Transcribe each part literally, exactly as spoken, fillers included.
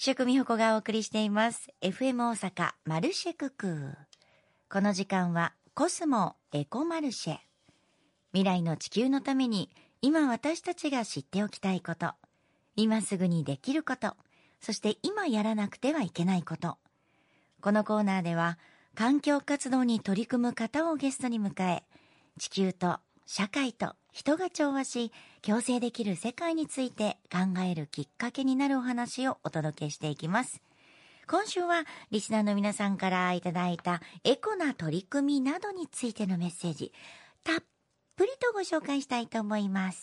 秘書美穂子がお送りしています エフエム 大阪マルシェククー。この時間はコスモエコマルシェ。未来の地球のために今私たちが知っておきたいこと、今すぐにできること、そして今やらなくてはいけないこと。このコーナーでは環境活動に取り組む方をゲストに迎え、地球と社会と人が調和し共生できる世界について考えるきっかけになるお話をお届けしていきます。今週はリスナーの皆さんからいただいたエコな取り組みなどについてのメッセージ、たっぷりとご紹介したいと思います。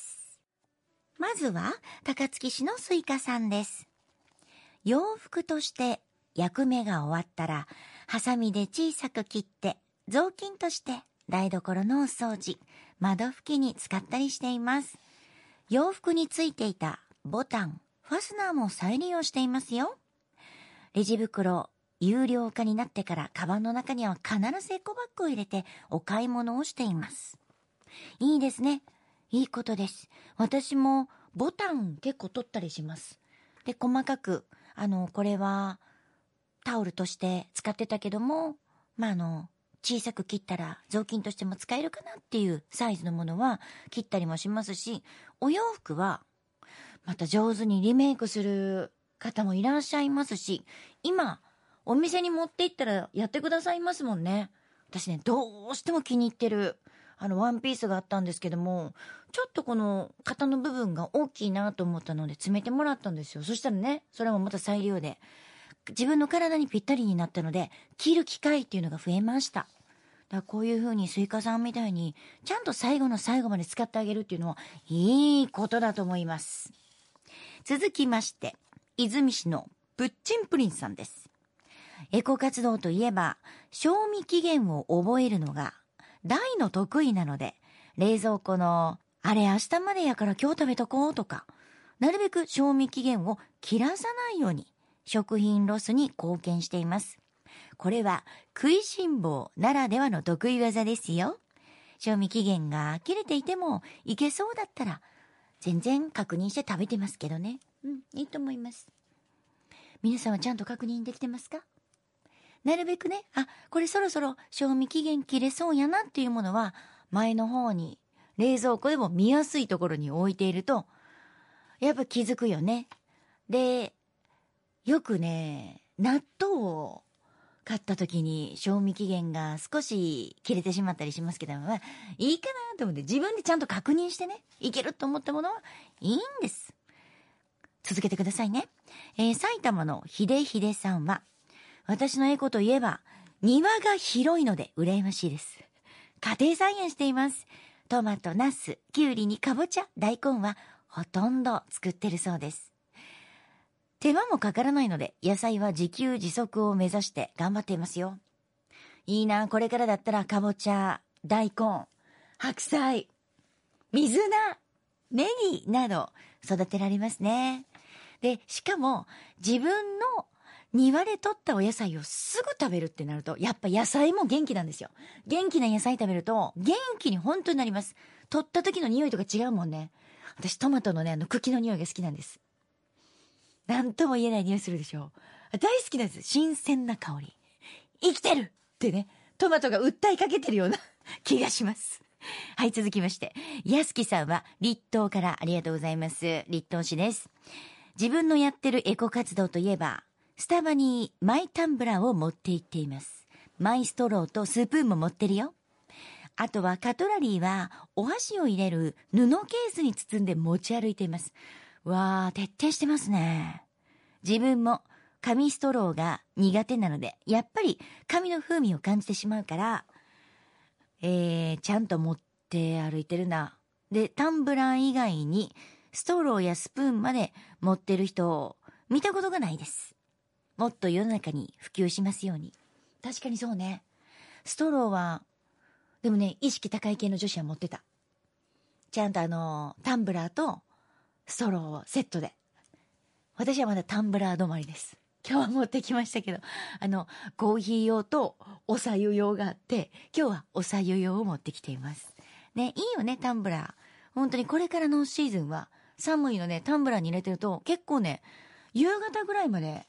まずは高槻市のスイカさんです。洋服として役目が終わったらハサミで小さく切って雑巾として台所のお掃除、窓拭きに使ったりしています。洋服についていたボタン、ファスナーも再利用していますよ。レジ袋有料化になってからカバンの中には必ずエコバッグを入れてお買い物をしています。いいですね。いいことです。私もボタン結構取ったりします。で、細かく、あの、これはタオルとして使ってたけども、まあ、あの、小さく切ったら雑巾としても使えるかなっていうサイズのものは切ったりもしますし、お洋服はまた上手にリメイクする方もいらっしゃいますし、今お店に持って行ったらやってくださいますもんね。私ね、どうしても気に入ってるあのワンピースがあったんですけども、ちょっとこの肩の部分が大きいなと思ったので詰めてもらったんですよ。そしたらね、それもまた再利用で自分の体にぴったりになったので、着る機会っていうのが増えました。だからこういう風にスイカさんみたいにちゃんと最後の最後まで使ってあげるっていうのはいいことだと思います。続きまして、出水市のプッチンプリンさんです。エコ活動といえば賞味期限を覚えるのが大の得意なので、冷蔵庫のあれ明日までやから今日食べとこうとか、なるべく賞味期限を切らさないように食品ロスに貢献しています。これは食いしん坊ならではの得意技ですよ。賞味期限が切れていてもいけそうだったら全然確認して食べてますけどね。うん、いいと思います。皆さんはちゃんと確認できてますか？なるべくね、あ、これそろそろ賞味期限切れそうやなっていうものは前の方に冷蔵庫でも見やすいところに置いているとやっぱ気づくよね。で、よくね、納豆を買った時に賞味期限が少し切れてしまったりしますけども、まあ、いいかなと思って自分でちゃんと確認してね、いけると思ったものはいいんです。続けてくださいね。えー、埼玉のひでひでさんは、私のエコといえば庭が広いので羨ましいです。家庭菜園しています。トマト、ナス、キュウリにかぼちゃ、大根はほとんど作ってるそうです。手間もかからないので野菜は自給自足を目指して頑張っていますよ。いいな、これからだったらかぼちゃ、大根、白菜、水菜、ネギなど育てられますね。で、しかも自分の庭で採ったお野菜をすぐ食べるってなると、やっぱ野菜も元気なんですよ。元気な野菜食べると元気に本当になります。採った時の匂いとか違うもんね。私トマトのね、あの茎の匂いが好きなんです。なんとも言えない匂いするでしょ。大好きなんです。新鮮な香り。生きてるってね、トマトが訴えかけてるような気がします。はい、続きまして、やすきさんは立東からありがとうございます。立東市です。自分のやってるエコ活動といえば、スタバにマイタンブラーを持って行っています。マイストローとスプーンも持ってるよ。あとはカトラリーはお箸を入れる布ケースに包んで持ち歩いています。わー、徹底してますね。自分も紙ストローが苦手なので、やっぱり紙の風味を感じてしまうから、えー、ちゃんと持って歩いてるな。で、タンブラー以外にストローやスプーンまで持ってる人を見たことがないです。もっと世の中に普及しますように。確かにそうね。ストローは、でもね、意識高い系の女子は持ってた。ちゃんとあの、タンブラーとストローをセットで。私はまだタンブラー止まりです。今日は持ってきましたけど、あの、コーヒー用とお茶湯用があって、今日はお茶湯用を持ってきています。ね、いいよね、タンブラー。本当にこれからのシーズンは、寒いのね、タンブラーに入れてると、結構ね、夕方ぐらいまで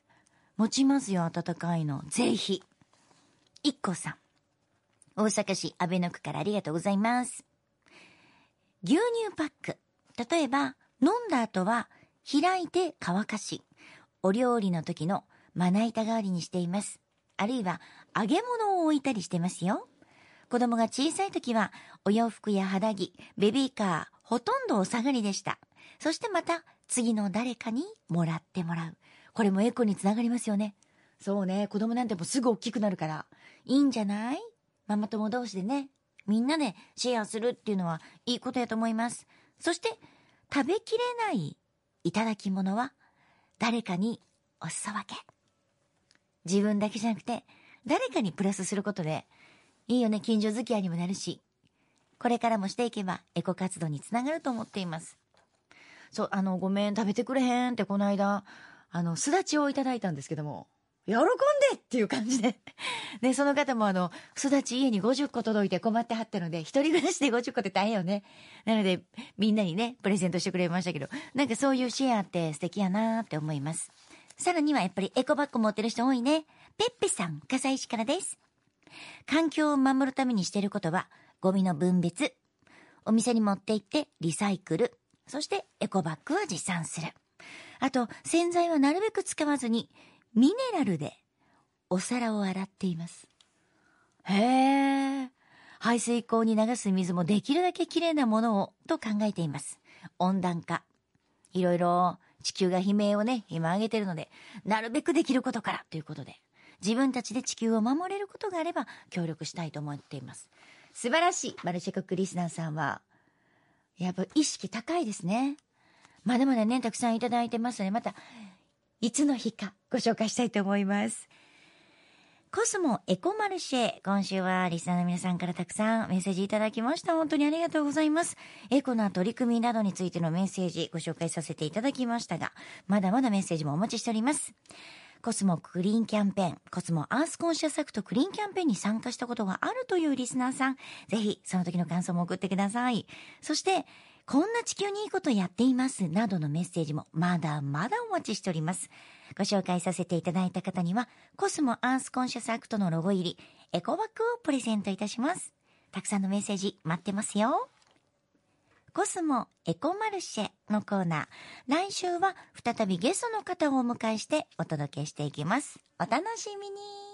持ちますよ、温かいの。ぜひ。いっこさん。大阪市阿倍野区からありがとうございます。牛乳パック。例えば、飲んだ後は開いて乾かし、お料理の時のまな板代わりにしています。あるいは揚げ物を置いたりしてますよ。子供が小さい時はお洋服や肌着、ベビーカー、ほとんどお下がりでした。そしてまた次の誰かにもらってもらう。これもエコにつながりますよね。そうね、子供なんてもうすぐ大きくなるからいいんじゃない？ママ友同士でね、みんなでシェアするっていうのはいいことやと思います。そして食べきれないいただき物は誰かにお裾分け。自分だけじゃなくて誰かにプラスすることでいいよね。近所付き合いにもなるし、これからもしていけばエコ活動につながると思っています。そう、あのごめん食べてくれへんってこの間あのすだちをいただいたんですけども、喜んでっていう感じででその方もあのすだち家にごじゅっこ届いて困ってはったので、一人暮らしでごじゅっこって大変よね。なのでみんなにねプレゼントしてくれましたけど、なんかそういうシェアって素敵やなって思います。さらにはやっぱりエコバッグ持ってる人多いね。ペッペさん、笠井市からです。環境を守るためにしていることはゴミの分別、お店に持って行ってリサイクル、そしてエコバッグは持参する。あと洗剤はなるべく使わずにミネラルでお皿を洗っています。へー。排水溝に流す水もできるだけきれいなものをと考えています。温暖化、いろいろ地球が悲鳴をね今上げてるので、なるべくできることからということで、自分たちで地球を守れることがあれば協力したいと思っています。素晴らしい。マルシェクックリスナーさんはやっぱ意識高いですね。まだまだねたくさんいただいてますので、またいつの日かご紹介したいと思います。コスモエコマルシェ、今週はリスナーの皆さんからたくさんメッセージいただきました。本当にありがとうございます。エコな取り組みなどについてのメッセージご紹介させていただきましたが、まだまだメッセージもお待ちしております。コスモクリーンキャンペーン、コスモアースコンシャスアクトクリーンキャンペーンに参加したことがあるというリスナーさん、ぜひその時の感想も送ってください。そしてこんな地球にいいことやっていますなどのメッセージもまだまだお待ちしております。ご紹介させていただいた方にはコスモアースコンシャスアクトのロゴ入りエコバッグをプレゼントいたします。たくさんのメッセージ待ってますよ。コスモエコマルシェのコーナー、来週は再びゲストの方をお迎えしてお届けしていきます。お楽しみに。